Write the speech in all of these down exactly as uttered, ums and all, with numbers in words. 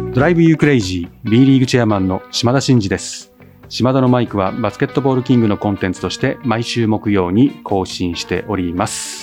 ドライブユークレイジー B リーグチェアマンの島田真二です。島田のマイクはバスケットボールキングのコンテンツとして毎週木曜に更新しております。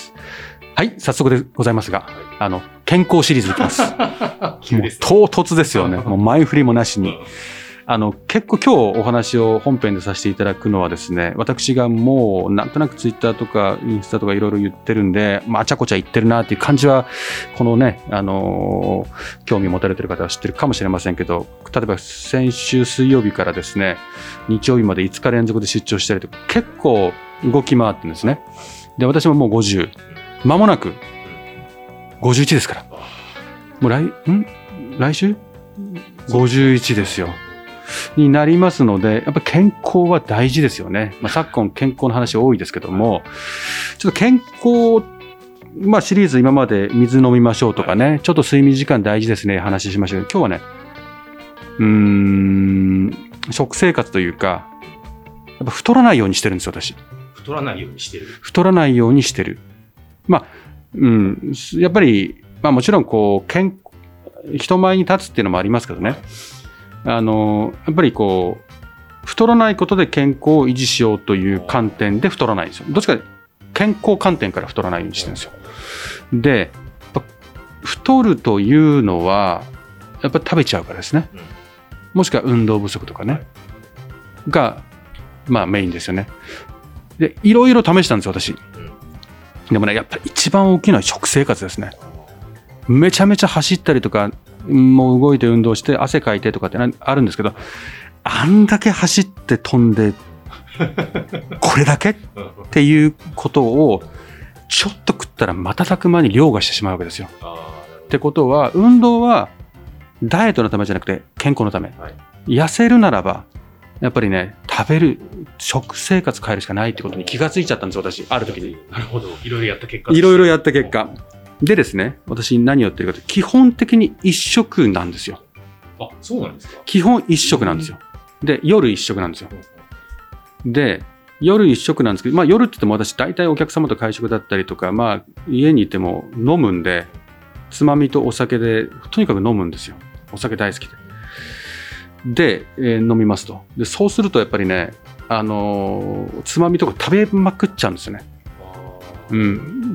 はい、早速でございますが、はい、あの健康シリーズいきます。もう唐突ですよね。もう前振りもなしに。あの結構今日お話を本編でさせていただくのはですね、私がもうなんとなくツイッターとかインスタとかいろいろ言ってるんで、まあ、あちゃこちゃ言ってるなっていう感じはこのね、あのー、興味持たれてる方は知ってるかもしれませんけど、例えば先週水曜日からですね日曜日までいつか連続で出張したりとか結構動き回ってるんですね。で私ももうごじゅう間もなくごじゅういちですから、もう来ん来週ごじゅういちですよになりますので、やっぱ健康は大事ですよね。まあ、昨今健康の話多いですけども、ちょっと健康、まあ、シリーズ今まで水飲みましょうとかね、ちょっと睡眠時間大事ですね話しましたけど、今日はねうーん食生活というか、やっぱ太らないようにしてるんですよ私。 太らないようにしてる太らないようにしてる。まあうんやっぱり、まあ、もちろんこう健人前に立つっていうのもありますけどね、あのやっぱりこう太らないことで健康を維持しようという観点で太らないんですよ。どっちか健康観点から太らないようにしてるんですよ。で太るというのはやっぱり食べちゃうからですね、もしくは運動不足とかねがまあメインですよね。でいろいろ試したんですよ私。でもねやっぱり一番大きいのは食生活ですね。めちゃめちゃ走ったりとかもう動いて運動して汗かいてとかってあるんですけど、あんだけ走って飛んでこれだけっていうことをちょっと食ったら瞬く間に凌駕してしまうわけですよ。ってことは運動はダイエットのためじゃなくて健康のため、はい、痩せるならばやっぱりね食べる食生活変えるしかないってことに気がついちゃったんです私ある時に。 なるほど、いろいろやった結果いろいろやった結果でですね、私何をやってるかというと基本的に一食なんですよ。 あ、そうなんですか。 基本一食なんですよ。で夜一食なんですよ。で夜一食なんですけど、まあ、夜って言っても私大体お客様と会食だったりとか、まあ、家にいても飲むんでつまみとお酒でとにかく飲むんですよ。お酒大好きでで、えー、飲みますと。でそうするとやっぱりね、あのー、つまみとか食べまくっちゃうんですよね。うん、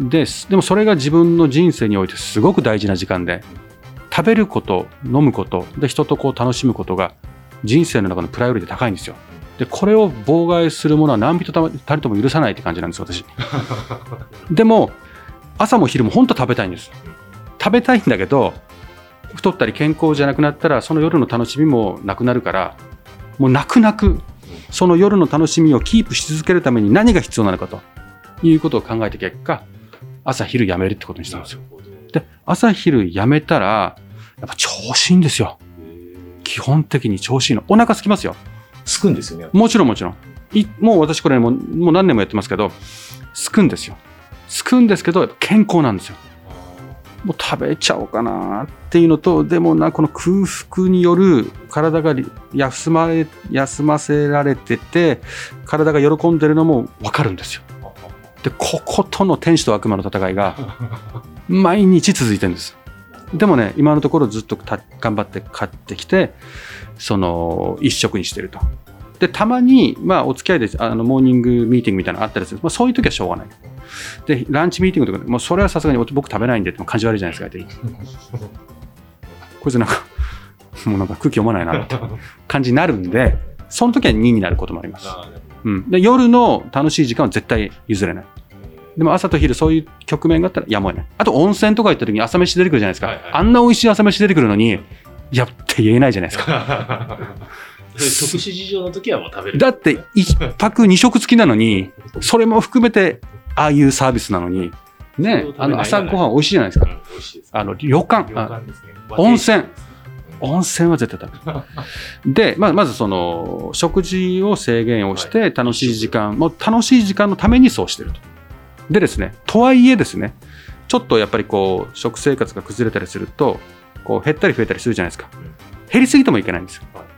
で, でもそれが自分の人生においてすごく大事な時間で、食べること飲むことで人とこう楽しむことが人生の中のプライオリティ高いんですよ。でこれを妨害するものは何人たりとも許さないって感じなんです私。でも朝も昼も本当食べたいんです。食べたいんだけど太ったり健康じゃなくなったらその夜の楽しみもなくなるから、もう泣く泣くその夜の楽しみをキープし続けるために何が必要なのかということを考えた結果、朝昼やめるってことにしたんですよ。で朝昼やめたらやっぱ調子いいんですよ。基本的に調子いいの。お腹空きますよ。 すくんですよね。 もちろんもちろんいもう私これももう何年もやってますけど、すくんですよ。すくんですけど健康なんですよ。もう食べちゃおうかなっていうのと、でもなこの空腹による体が休まれ休ませられてて体が喜んでるのも分かるんですよ。でこことの天使と悪魔の戦いが毎日続いてるんです。でもね今のところずっとた頑張って買ってきてその一食にしてると。でたまに、まあ、お付き合いであのモーニングミーティングみたいなのあったりする、まあ、そういう時はしょうがない。でランチミーティングとかもうそれはさすがに僕食べないんでって感じ悪いじゃないですか。こいつなんかもうなんか空気読まないなって感じになるんで、その時はにになることもあります。うん、で夜の楽しい時間は絶対譲れない。でも朝と昼そういう局面があったらやむを得ない。あと温泉とか行った時に朝飯出てくるじゃないですか、はいはい、あんな美味しい朝飯出てくるのにやって言えないじゃないですか。 特殊事情の時はもう食べる。 だって一泊二食付きなのにそれも含めてああいうサービスなのにね、あの朝ごはん美味しいじゃないですか、うん、美味しいです。あの旅館、旅館ですね、温泉温泉は絶対食べる。で、まあ、まずその食事を制限をして楽しい時間、はい、もう楽しい時間のためにそうしてると。でですね、とはいえですね、ちょっとやっぱりこう食生活が崩れたりするとこう減ったり増えたりするじゃないですか、うん、減りすぎてもいけないんですよ、はい、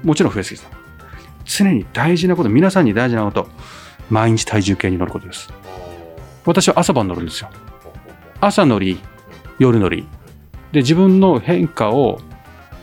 もちろん増えすぎても。常に大事なこと、皆さんに大事なこと、毎日体重計に乗ることです。私は朝晩乗るんですよ。朝乗り夜乗りで自分の変化を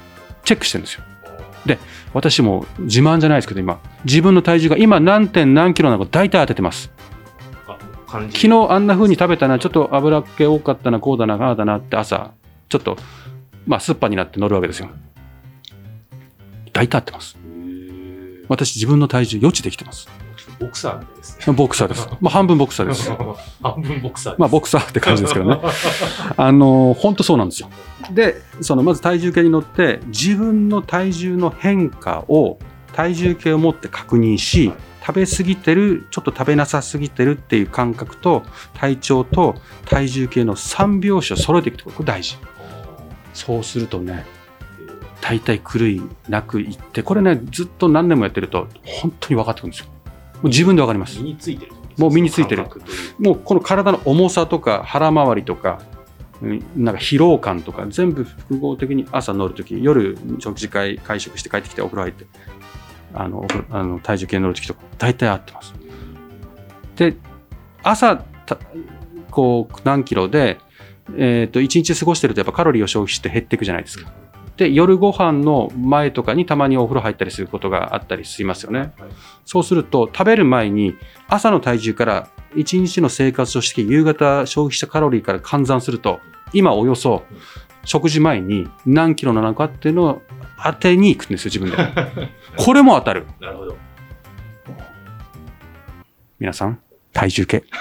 チェックしてるんですよ。で私も自慢じゃないですけど、今自分の体重が今何点何キロなのか大体当ててます。昨日あんな風に食べたな、ちょっと油っ気多かったな、こうだな、ああだなって朝ちょっとまあスッパになって乗るわけですよ。大体合ってます。私自分の体重予知できてます。 ボクサーみたいですね。 ボクサーです。まあ半分ボクサーです。 半分ボクサーです。 まあボクサーって感じですけどね。あの本当そうなんですよ。で、そのまず体重計に乗って自分の体重の変化を体重計を持って確認し、食べ過ぎてる、ちょっと食べなさすぎてるっていう感覚と体調と体重計のさんびょうしを揃えていくこと、これ大事。そうするとね、大体狂いなくいって、これねずっと何年もやってると本当に分かってくるんですよ。もう自分で分かります。 身についてる。 もう身についてる。もうこの体の重さとか腹回りとかなんか疲労感とか全部複合的に朝乗るとき、夜食事会会食して帰ってきてお風呂入ってあのあの体重計乗るときとか大体合ってます。で朝こう何キロで、えー、といちにち過ごしてるとやっぱカロリーを消費して減っていくじゃないですか。で夜ご飯の前とかにたまにお風呂入ったりすることがあったりしますよね。そうすると食べる前に朝の体重からいちにちの生活として夕方消費したカロリーから換算すると今およそ食事前に何キロなのかっていうのを当てに行くんですよ、自分で。これも当たる。 なるほど。 皆さん体重計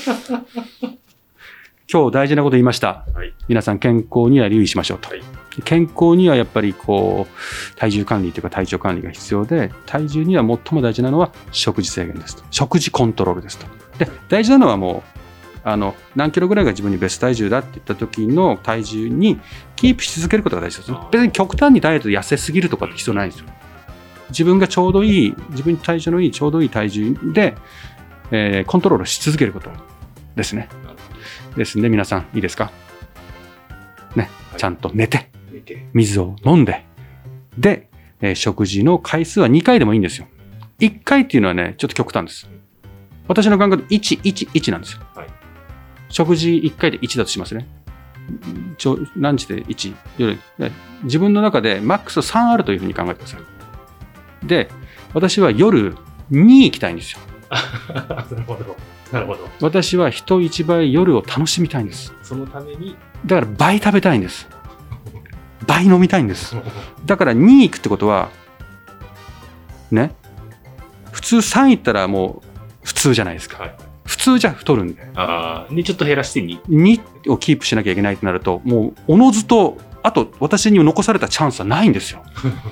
今日大事なこと言いました、はい、皆さん健康には留意しましょうと、はい、健康にはやっぱりこう体重管理というか体調管理が必要で、体重には最も大事なのは食事制限ですと、食事コントロールですと。で大事なのはもうあの何キロぐらいが自分にベスト体重だって言った時の体重にキープし続けることが大事です。別に極端にダイエットで痩せすぎるとかって必要ないんですよ。自分がちょうどいい、自分に体重のいいちょうどいい体重で、えー、コントロールし続けることですね。ですね、皆さんいいですかね、はい、ちゃんと寝て水を飲んで、で、えー、食事の回数はにかいでもいいんですよ。いっかいっていうのはねちょっと極端です。私の感覚でいちいちいちなんですよ、はい、食事いっかいでいちだとしますね。ちょランチでいち、夜自分の中でマックスさんあるというふうに考えてください。で私は夜に行きたいんですよ。 なるほどなるほど。 私は人一倍夜を楽しみたいんです。 そのためにだから倍食べたいんです。倍飲みたいんです。だからに行くってことはね、普通さん行ったらもう普通じゃないですか、はい、普通じゃ太るんで、 あでちょっと減らして に, にをキープしなきゃいけないとなると、もうおのずとあと私に残されたチャンスはないんですよ。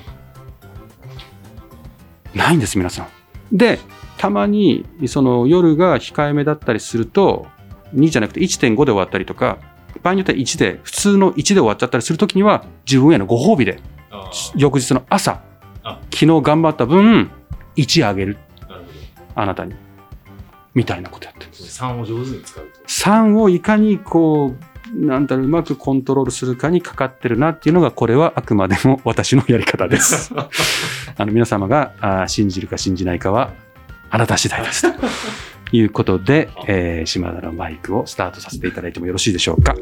ないんです皆さん。でたまにその夜が控えめだったりするとにじゃなくて いってんご で終わったりとか、場合によってはいちで普通のいちで終わっちゃったりするときには自分へのご褒美で翌日の朝昨日頑張った分いちあげる、あなたにみたいなことやってるんです。 さんを上手に使うと、 さんをいかにこうなんだろううまくコントロールするかにかかってるなっていうのが、これはあくまでも私のやり方です。あの皆様があ信じるか信じないかはあなた次第ですということで、えー、島田のマイクをスタートさせていただいてもよろしいでしょうか。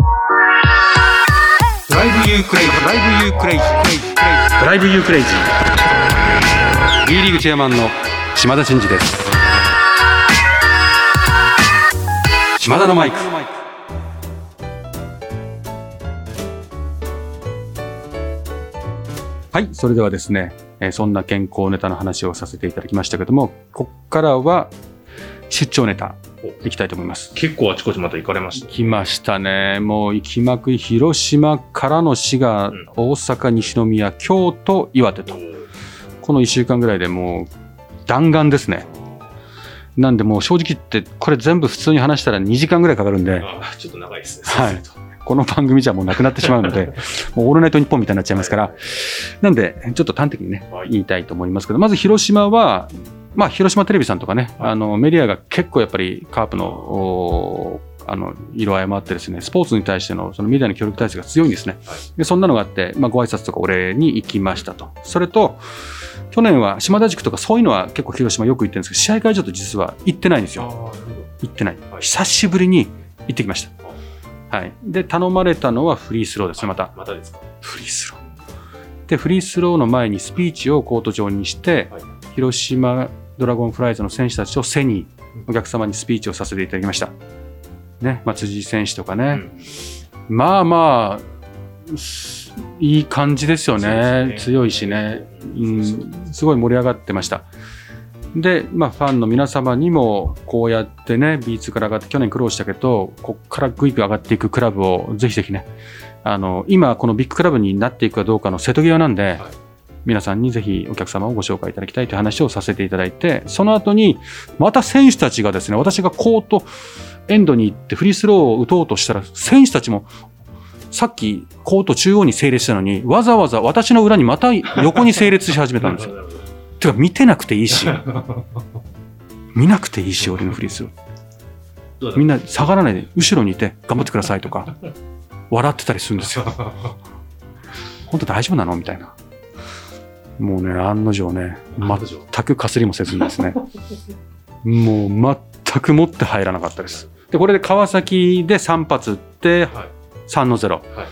ドライブユークレイジー、ドライブユークレイジー、ドライブユークレイジー B リーグチェアマンの島田真二です。島田のマイク。はい、それではですね、えー、そんな健康ネタの話をさせていただきましたけども、ここからは出張ネタいきたいと思います。 結構あちこちまた行かれました。 行きましたね。もう行きまくり、広島からの滋賀、うん、大阪、西宮、京都、岩手と、このいっしゅうかんぐらいでもう弾丸ですね。なんでもう正直言ってこれ全部普通に話したらにじかんぐらいかかるんで、 あちょっと長いですね。 はい、この番組じゃもうなくなってしまうのでもうオールナイトニッポンみたいになっちゃいますから、はい、なんでちょっと端的にね、はい、言いたいと思いますけど、まず広島は、まあ、広島テレビさんとかね、はい、あのメディアが結構やっぱりカープのあの色合いもあってですね、スポーツに対してのそのメディアの協力体制が強いんですね、はい、でそんなのがあって、まあ、ご挨拶とかお礼に行きましたと。それと去年は島田塾とかそういうのは結構広島よく行ってるんですけど、試合会場と実は行ってないんですよ。行ってない、はい、久しぶりに行ってきました、はい、で頼まれたのはフリースローですね。またまたですか。 フリースローってフリースローの前にスピーチをコート上にして、はい、広島ドラゴンフライズの選手たちを背にお客様にスピーチをさせていただきました、ねまあ、辻選手とかね、うん、まあまあいい感じですよ ね, ね強いしね、うん、すごい盛り上がってました。で、まあ、ファンの皆様にもこうやってね ビーツー から上がって去年苦労したけどこっからグイグイ上がっていくクラブをぜひぜひねあの今このビッグクラブになっていくかどうかの瀬戸際なんで、はい、皆さんにぜひお客様をご紹介いただきたいという話をさせていただいて、その後にまた選手たちがですね私がコートエンドに行ってフリースローを打とうとしたら選手たちもさっきコート中央に整列したのにわざわざ私の裏にまた横に整列し始めたんですよてか見てなくていいし見なくていいし俺のフリースローみんな下がらないで後ろにいて頑張ってくださいとか笑ってたりするんですよ本当大丈夫なのみたいな。もうね案の定ね全くかすりもせずにですねもう全く持って入らなかったです。でこれで川崎でさん発打って、はい、さんのゼロ、はい、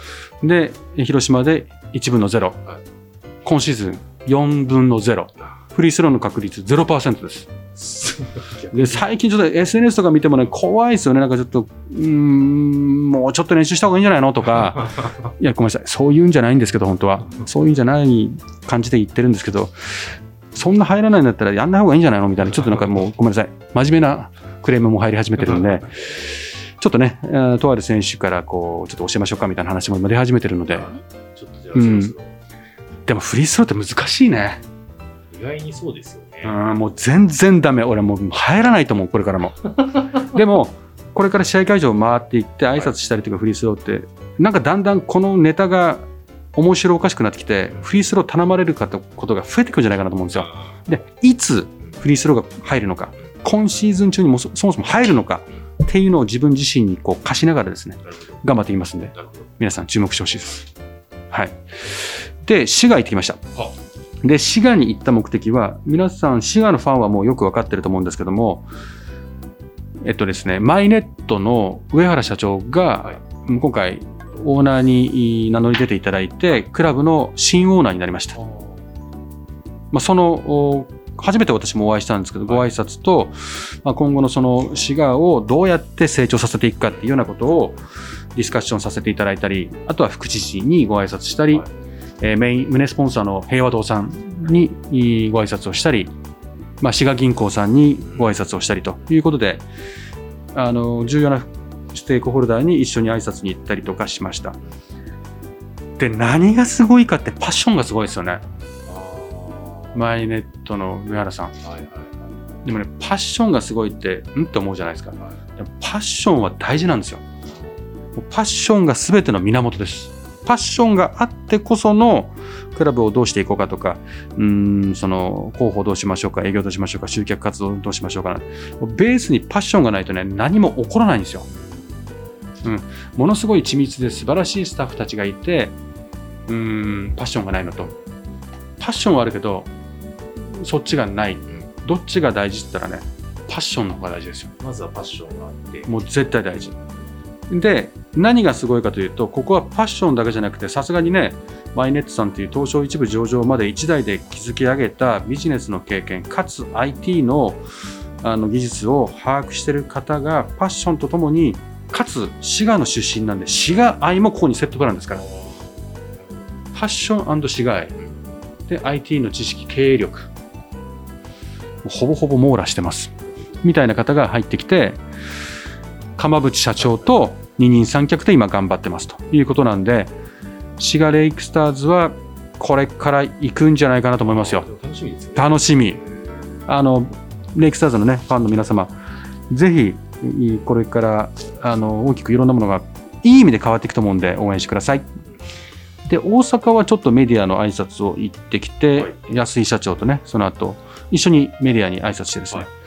で広島でいちぶんのゼロ、はい、今シーズンよんぶんのゼロ、フリースローの確率 ゼロパーセント ですで最近ちょっと エスエヌエス とか見てもね怖いですよね。なんかちょっとうーんもうちょっと練習した方がいいんじゃないのとかいやごめんなさいそういうんじゃないんですけど本当はそういうんじゃない感じで言ってるんですけどそんな入らないんだったらやんない方がいいんじゃないのみたいなちょっとなんかもうごめんなさい真面目なクレームも入り始めてるんでちょっとねとある選手からこうちょっと教えましょうかみたいな話も今出始めてるのでちょっとじゃあ、 うん、でもフリースローって難しいね。 意外にそうですよね。 うんもう全然ダメ。俺もう入らないと思うこれからもでもこれから試合会場を回っていって挨拶したりとかフリースローってなんかだんだんこのネタが面白おかしくなってきてフリースロー頼まれるかとことが増えてくるんじゃないかなと思うんですよ。でいつフリースローが入るのか今シーズン中にも そ, そもそも入るのかっていうのを自分自身にこう課しながらですね頑張っていますんで皆さん注目してほしいです。はいで滋賀行ってきました。で滋賀に行った目的は皆さん滋賀のファンはもうよく分かってると思うんですけどもえっとですねマイネットの上原社長が今回オーナーに名乗り出ていただいてクラブの新オーナーになりました。まあ、その初めて私もお会いしたんですけどご挨拶と、まあ、今後のその滋賀をどうやって成長させていくかっていうようなことをディスカッションさせていただいたりあとは副知事にご挨拶したりえー、メイン胸スポンサーの平和堂さんにご挨拶をしたり、まあ、滋賀銀行さんにご挨拶をしたりということであの重要なステークホルダーに一緒に挨拶に行ったりとかしました。で何がすごいかってパッションがすごいですよね。マイネットの上原さん、はいはいはい、でもねパッションがすごいってんって思うじゃないですか、はい、でもパッションは大事なんですよ。パッションが全ての源です。パッションがあってこそのクラブをどうしていこうかとかうーんその広報どうしましょうか営業どうしましょうか集客活動どうしましょうかなベースにパッションがないとね何も起こらないんですよ、うん、ものすごい緻密で素晴らしいスタッフたちがいてうーんパッションがないのとパッションはあるけどそっちがないどっちが大事って言ったらねパッションの方が大事ですよ。 まずはパッションがあってもう絶対大事で何がすごいかというとここはパッションだけじゃなくてさすがにねマイネットさんという東証一部上場までいちだいで築き上げたビジネスの経験かつ アイティー の, あの技術を把握している方がパッションとともにかつ滋賀の出身なんで滋賀愛もここにセットプランですからパッション&滋賀愛で アイティー の知識経営力ほぼほぼ網羅してますみたいな方が入ってきて鎌渕社長と二人三脚で今頑張ってますということなんで滋賀レイクスターズはこれから行くんじゃないかなと思いますよ。 楽しみですね。 楽しみ。あのレイクスターズのねファンの皆様ぜひこれからあの大きくいろんなものがいい意味で変わっていくと思うんで応援してください。で大阪はちょっとメディアの挨拶を行ってきて、はい、安井社長とねその後一緒にメディアに挨拶してですね、はい、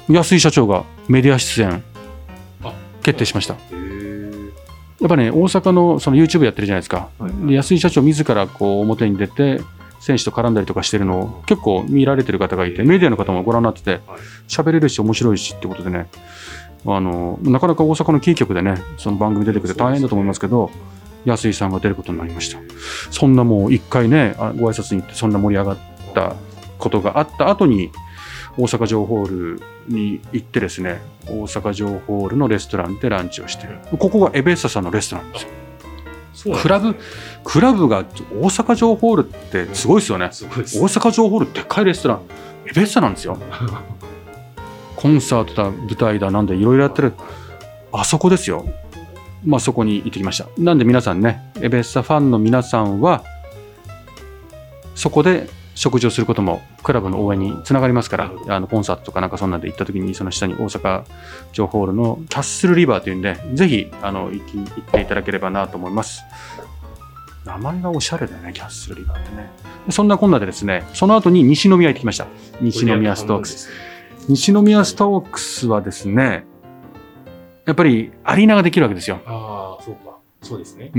安井社長がメディア出演決定しました。やっぱね大阪のその YouTube やってるじゃないですか、はいはい、で安井社長自らこう表に出て選手と絡んだりとかしてるのを結構見られてる方がいてメディアの方もご覧になってて喋れるし面白いしってことでねあのなかなか大阪のキー局でねその番組出てくれて大変だと思いますけど安井さんが出ることになりました。そんなもう一回ねご挨拶に行ってそんな盛り上がったことがあった後に大阪城ホールに行ってですね、大阪城ホールのレストランでランチをして、ここがエベッサさんのレストランですよ。そうなんですね。クラブクラブが大阪城ホールってすごいですよね。すごいです。大阪城ホールでっかいレストランエベッサなんですよ。コンサートだ舞台だなんでいろいろやってるあそこですよ。まあそこに行ってきました。なんで皆さんね、エベッサファンの皆さんはそこで食事をすることもクラブの応援につながりますから、あのコンサートとかなんかそんなんで行った時にその下に大阪城ホールのキャッスルリバーというんで、ぜひあの 行, き行っていただければなと思います。名前がおしゃれだね、キャッスルリバーってね。そんなこんなでですね、その後に西宮行ってきました。西宮ストークス。西宮ストークスはですね、やっぱりアリーナができるわけですよ。 ああ、そうか。そうですね。 うん、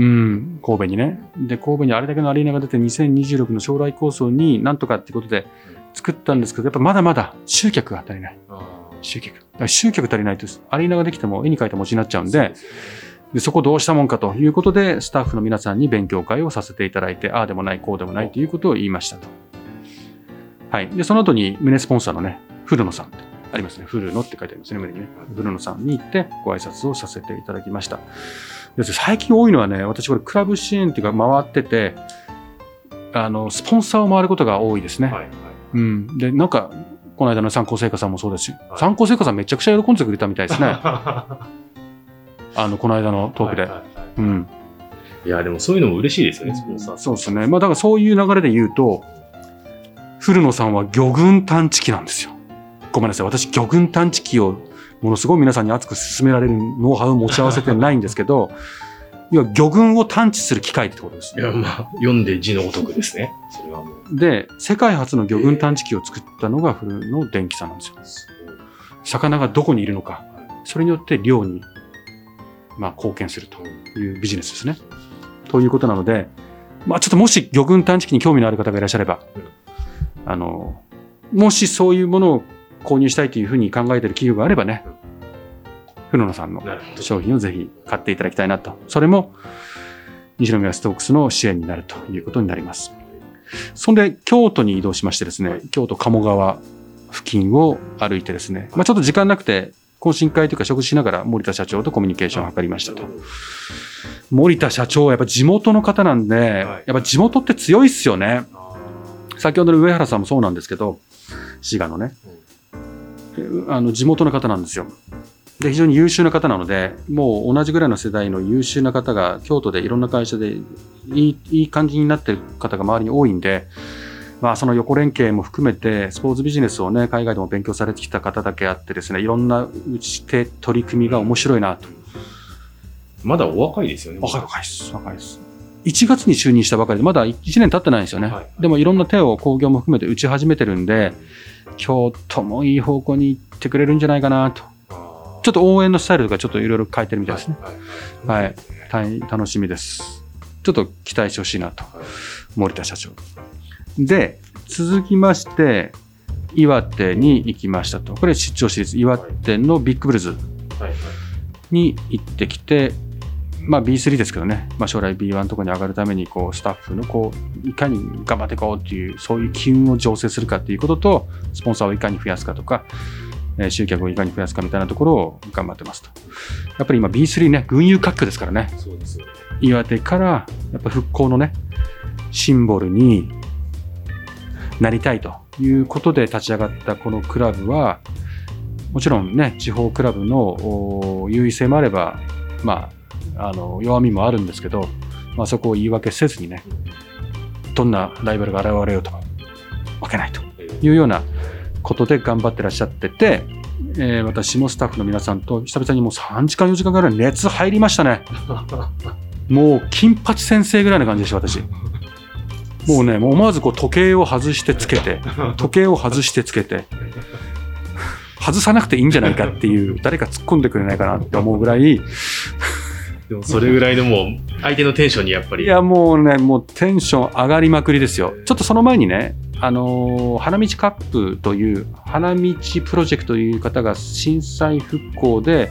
神戸にね。で、神戸にあれだけのアリーナが出てにせんにじゅうろくの将来構想になんとかっていうことで作ったんですけど、やっぱまだまだ集客が足りない。集客。だから集客足りないと、アリーナができても絵に描いた餅になっちゃうんで、でそこどうしたもんかということで、スタッフの皆さんに勉強会をさせていただいて、ああでもない、こうでもないということを言いましたと。はい。で、その後に胸スポンサーのね、古野さんってありますね。古野って書いてありますね、胸にね。古野さんに行ってご挨拶をさせていただきました。最近多いのはね、私これクラブ支援っていうか回ってて、あのスポンサーを回ることが多いですね。はいはい、うん、でなんかこの間の三幸製菓さんもそうですし、はい、三幸製菓さんめちゃくちゃ喜んでくれたみたいですね。あのこの間のトークで。はいはいはい、うん。 いやでもそういうのも嬉しいですよね、スポンサー。 そうですね。まあだからそういう流れで言うと、古野さんは魚群探知機なんですよ。ごめんなさい、私魚群探知機をものすごい皆さんに熱く勧められるノウハウを持ち合わせてないんですけど、要は魚群を探知する機械ってことですね。 いや、まあ、読んで字のごとくですね。それはもう。で、世界初の魚群探知機を作ったのが古野電機さんなんですよ。魚がどこにいるのか、それによって漁に、まあ、貢献するというビジネスですね。ということなので、まあ、ちょっともし魚群探知機に興味のある方がいらっしゃれば、あの、もしそういうものを購入したいというふうに考えている企業があればね、古野さんの商品をぜひ買っていただきたいなと。それも西宮ストークスの支援になるということになります。そんで京都に移動しましてですね、京都鴨川付近を歩いてですね、まあ、ちょっと時間なくて懇親会というか食事しながら森田社長とコミュニケーションを図りましたと。森田社長はやっぱ地元の方なんで、やっぱ地元って強いっすよね。先ほどの上原さんもそうなんですけど、滋賀のね、あの地元の方なんですよ。で非常に優秀な方なので、もう同じぐらいの世代の優秀な方が京都でいろんな会社でいい、いい感じになっている方が周りに多いんで、まあ、その横連携も含めてスポーツビジネスをね海外でも勉強されてきた方だけあってですね、いろんな打ち手取り組みが面白いなと。 まだお若いですよね。 若い若いです若いです。いちがつに就任したばかりでまだいちねん経ってないんですよね。はい、でもいろんな手を工業も含めて打ち始めてるんで、京都もいい方向に行ってくれるんじゃないかなと。ちょっと応援のスタイルとかちょっといろいろ変えてるみたいですね。はい、はいはい、楽しみです。ちょっと期待してほしいなと、はい、森田社長で、続きまして岩手に行きましたと。これ出張シリーズ岩手のビッグブルズに行ってきて、まあ、ビースリー ですけどね、まあ、将来 ビーワン とかに上がるためにこうスタッフのこういかに頑張っていこうっていう、そういう機運を醸成するかっていうことと、スポンサーをいかに増やすかとか、集客をいかに増やすかみたいなところを頑張ってますと。やっぱり今 ビースリー ね、群雄割拠ですからね。そうですよね。岩手からやっぱ復興のねシンボルになりたいということで立ち上がったこのクラブは、もちろんね地方クラブの優位性もあれば、まあ、あの弱みもあるんですけど、まあ、そこを言い訳せずにね、どんなライバルが現れようと負けないというようなことで頑張ってらっしゃってて、えー、私もスタッフの皆さんと久々にもうさんじかんよじかんぐらい熱入りましたね。もう金八先生ぐらいな感じでした私。もうね、もう思わずこう時計を外してつけて時計を外してつけて外さなくていいんじゃないかっていう、誰か突っ込んでくれないかなって思うぐらいでもそれぐらいでもう相手のテンションにやっぱり、 いやもうね、もうテンション上がりまくりですよ。ちょっとその前にね、あのー、花道カップという花道プロジェクトという方が震災復興で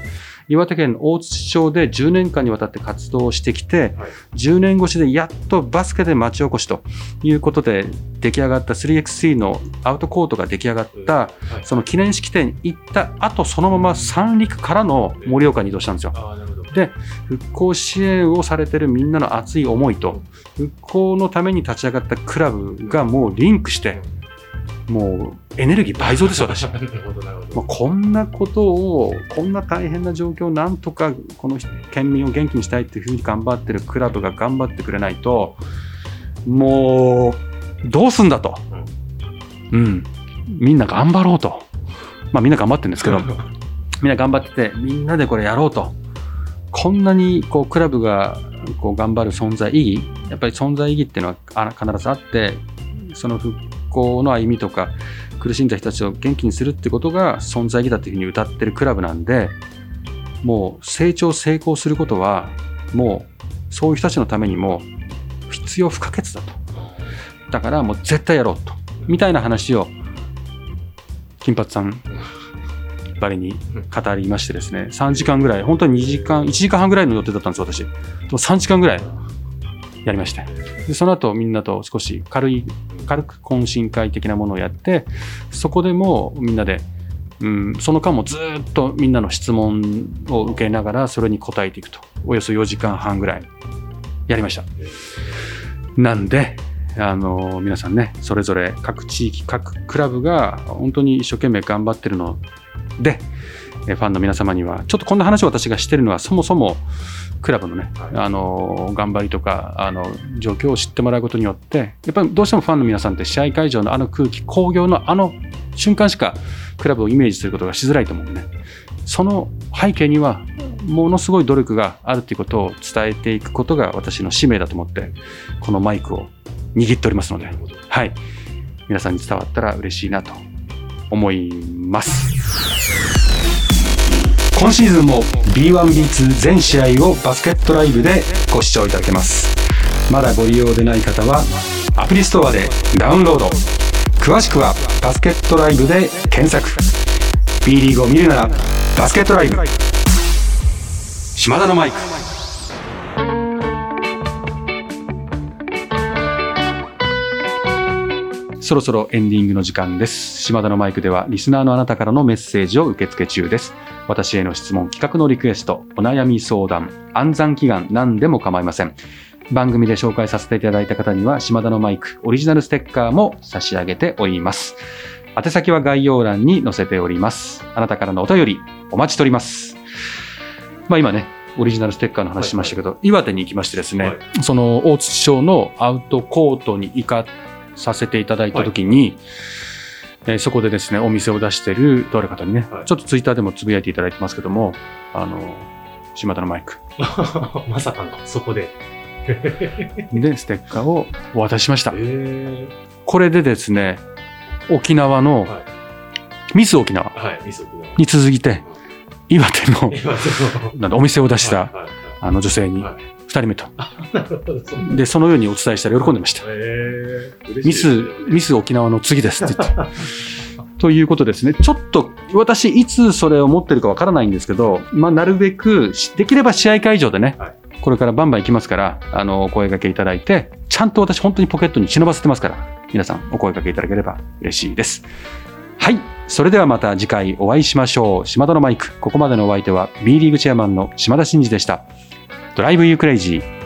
岩手県大槌町でじゅうねんかんにわたって活動してきて、 はい、 じゅうねん越しでやっとバスケで町おこしということで出来上がった スリーエックススリー のアウトコートが出来上がった、はい、その記念式典に行った後、そのまま三陸からの盛岡に移動したんですよ。 あ、なるほど。 で、復興支援をされているみんなの熱い思いと復興のために立ち上がったクラブがもうリンクして、もうエネルギー倍増ですよ、私。 なるほどなるほど。 まあ、こんなことを、こんな大変な状況をなんとかこの県民を元気にしたいっていうふうに頑張ってるクラブが頑張ってくれないと、もうどうすんだと、うん、みんな頑張ろうと、まあ、みんな頑張ってるんですけどみんな頑張ってて、みんなでこれやろうと、こんなにこうクラブがこう頑張る存在意義、やっぱり存在意義っていうのは必ずあって、その復興の歩みとか苦しんだ人たちを元気にするってことが存在意義だっていうふうに歌ってるクラブなんで、もう成長成功することはもうそういう人たちのためにも必要不可欠だと、だからもう絶対やろうとみたいな話を金髪さんばりに語りましてですね、さんじかんぐらい、本当ににじかんいちじかんはんぐらいの予定だったんです私。さんじかんぐらいやりまして、でその後みんなと少し軽い軽く懇親会的なものをやって、そこでもみんなで、うん、その間もずっとみんなの質問を受けながらそれに答えていくと、およそよじかんはんぐらいやりました。なんであの皆さんね、それぞれ各地域各クラブが本当に一生懸命頑張ってるので、ファンの皆様にはちょっとこんな話を私がしてるのは、そもそもクラブのね、あの頑張りとかあの状況を知ってもらうことによって、やっぱりどうしてもファンの皆さんって試合会場のあの空気、興行のあの瞬間しかクラブをイメージすることがしづらいと思うんでね、その背景にはものすごい努力があるということを伝えていくことが私の使命だと思ってこのマイクを握っておりますので、はい、皆さんに伝わったら嬉しいなと思います。今シーズンも ビーワンビーツー 全試合をバスケットライブでご視聴いただけます。まだご利用でない方はアプリストアでダウンロード、詳しくはバスケットライブで検索。 B リーグを見るならバスケットライブ。島田のマイク。そろそろエンディングの時間です。島田のマイクではリスナーのあなたからのメッセージを受け付け中です。私への質問、企画のリクエスト、お悩み相談、暗算祈願、何でも構いません。番組で紹介させていただいた方には島田のマイクオリジナルステッカーも差し上げております。宛先は概要欄に載せております。あなたからのお便りお待ちしております。まあ今ね、オリジナルステッカーの話しましたけど、はいはい、岩手に行きましてですね、はい、その大槌町のアウトコートに行かさせていただいたときに、はい、えー、そこでですねお店を出しているとある方にね、はい、ちょっとツイッターでもつぶやいていただいてますけども、あの島田のマイクまさかのそこででステッカーをお渡ししました。これでですね沖縄の、はい、ミス沖縄に続いて岩手のなんお店を出した、はいはいはい、あの女性にふたりめと、はい、でそのようにお伝えしたら喜んでました。ミスミス沖縄の次ですって言ってということですね。ちょっと私いつそれを持ってるかわからないんですけど、まあ、なるべくできれば試合会場でね、はい、これからバンバン行きますから、あのお声掛けいただいて、ちゃんと私本当にポケットに忍ばせてますから、皆さんお声掛けいただければ嬉しいです。はい、それではまた次回お会いしましょう。島田のマイク、ここまでのお相手は B リーグチェアマンの島田真二でした。ドライブユークレイジー。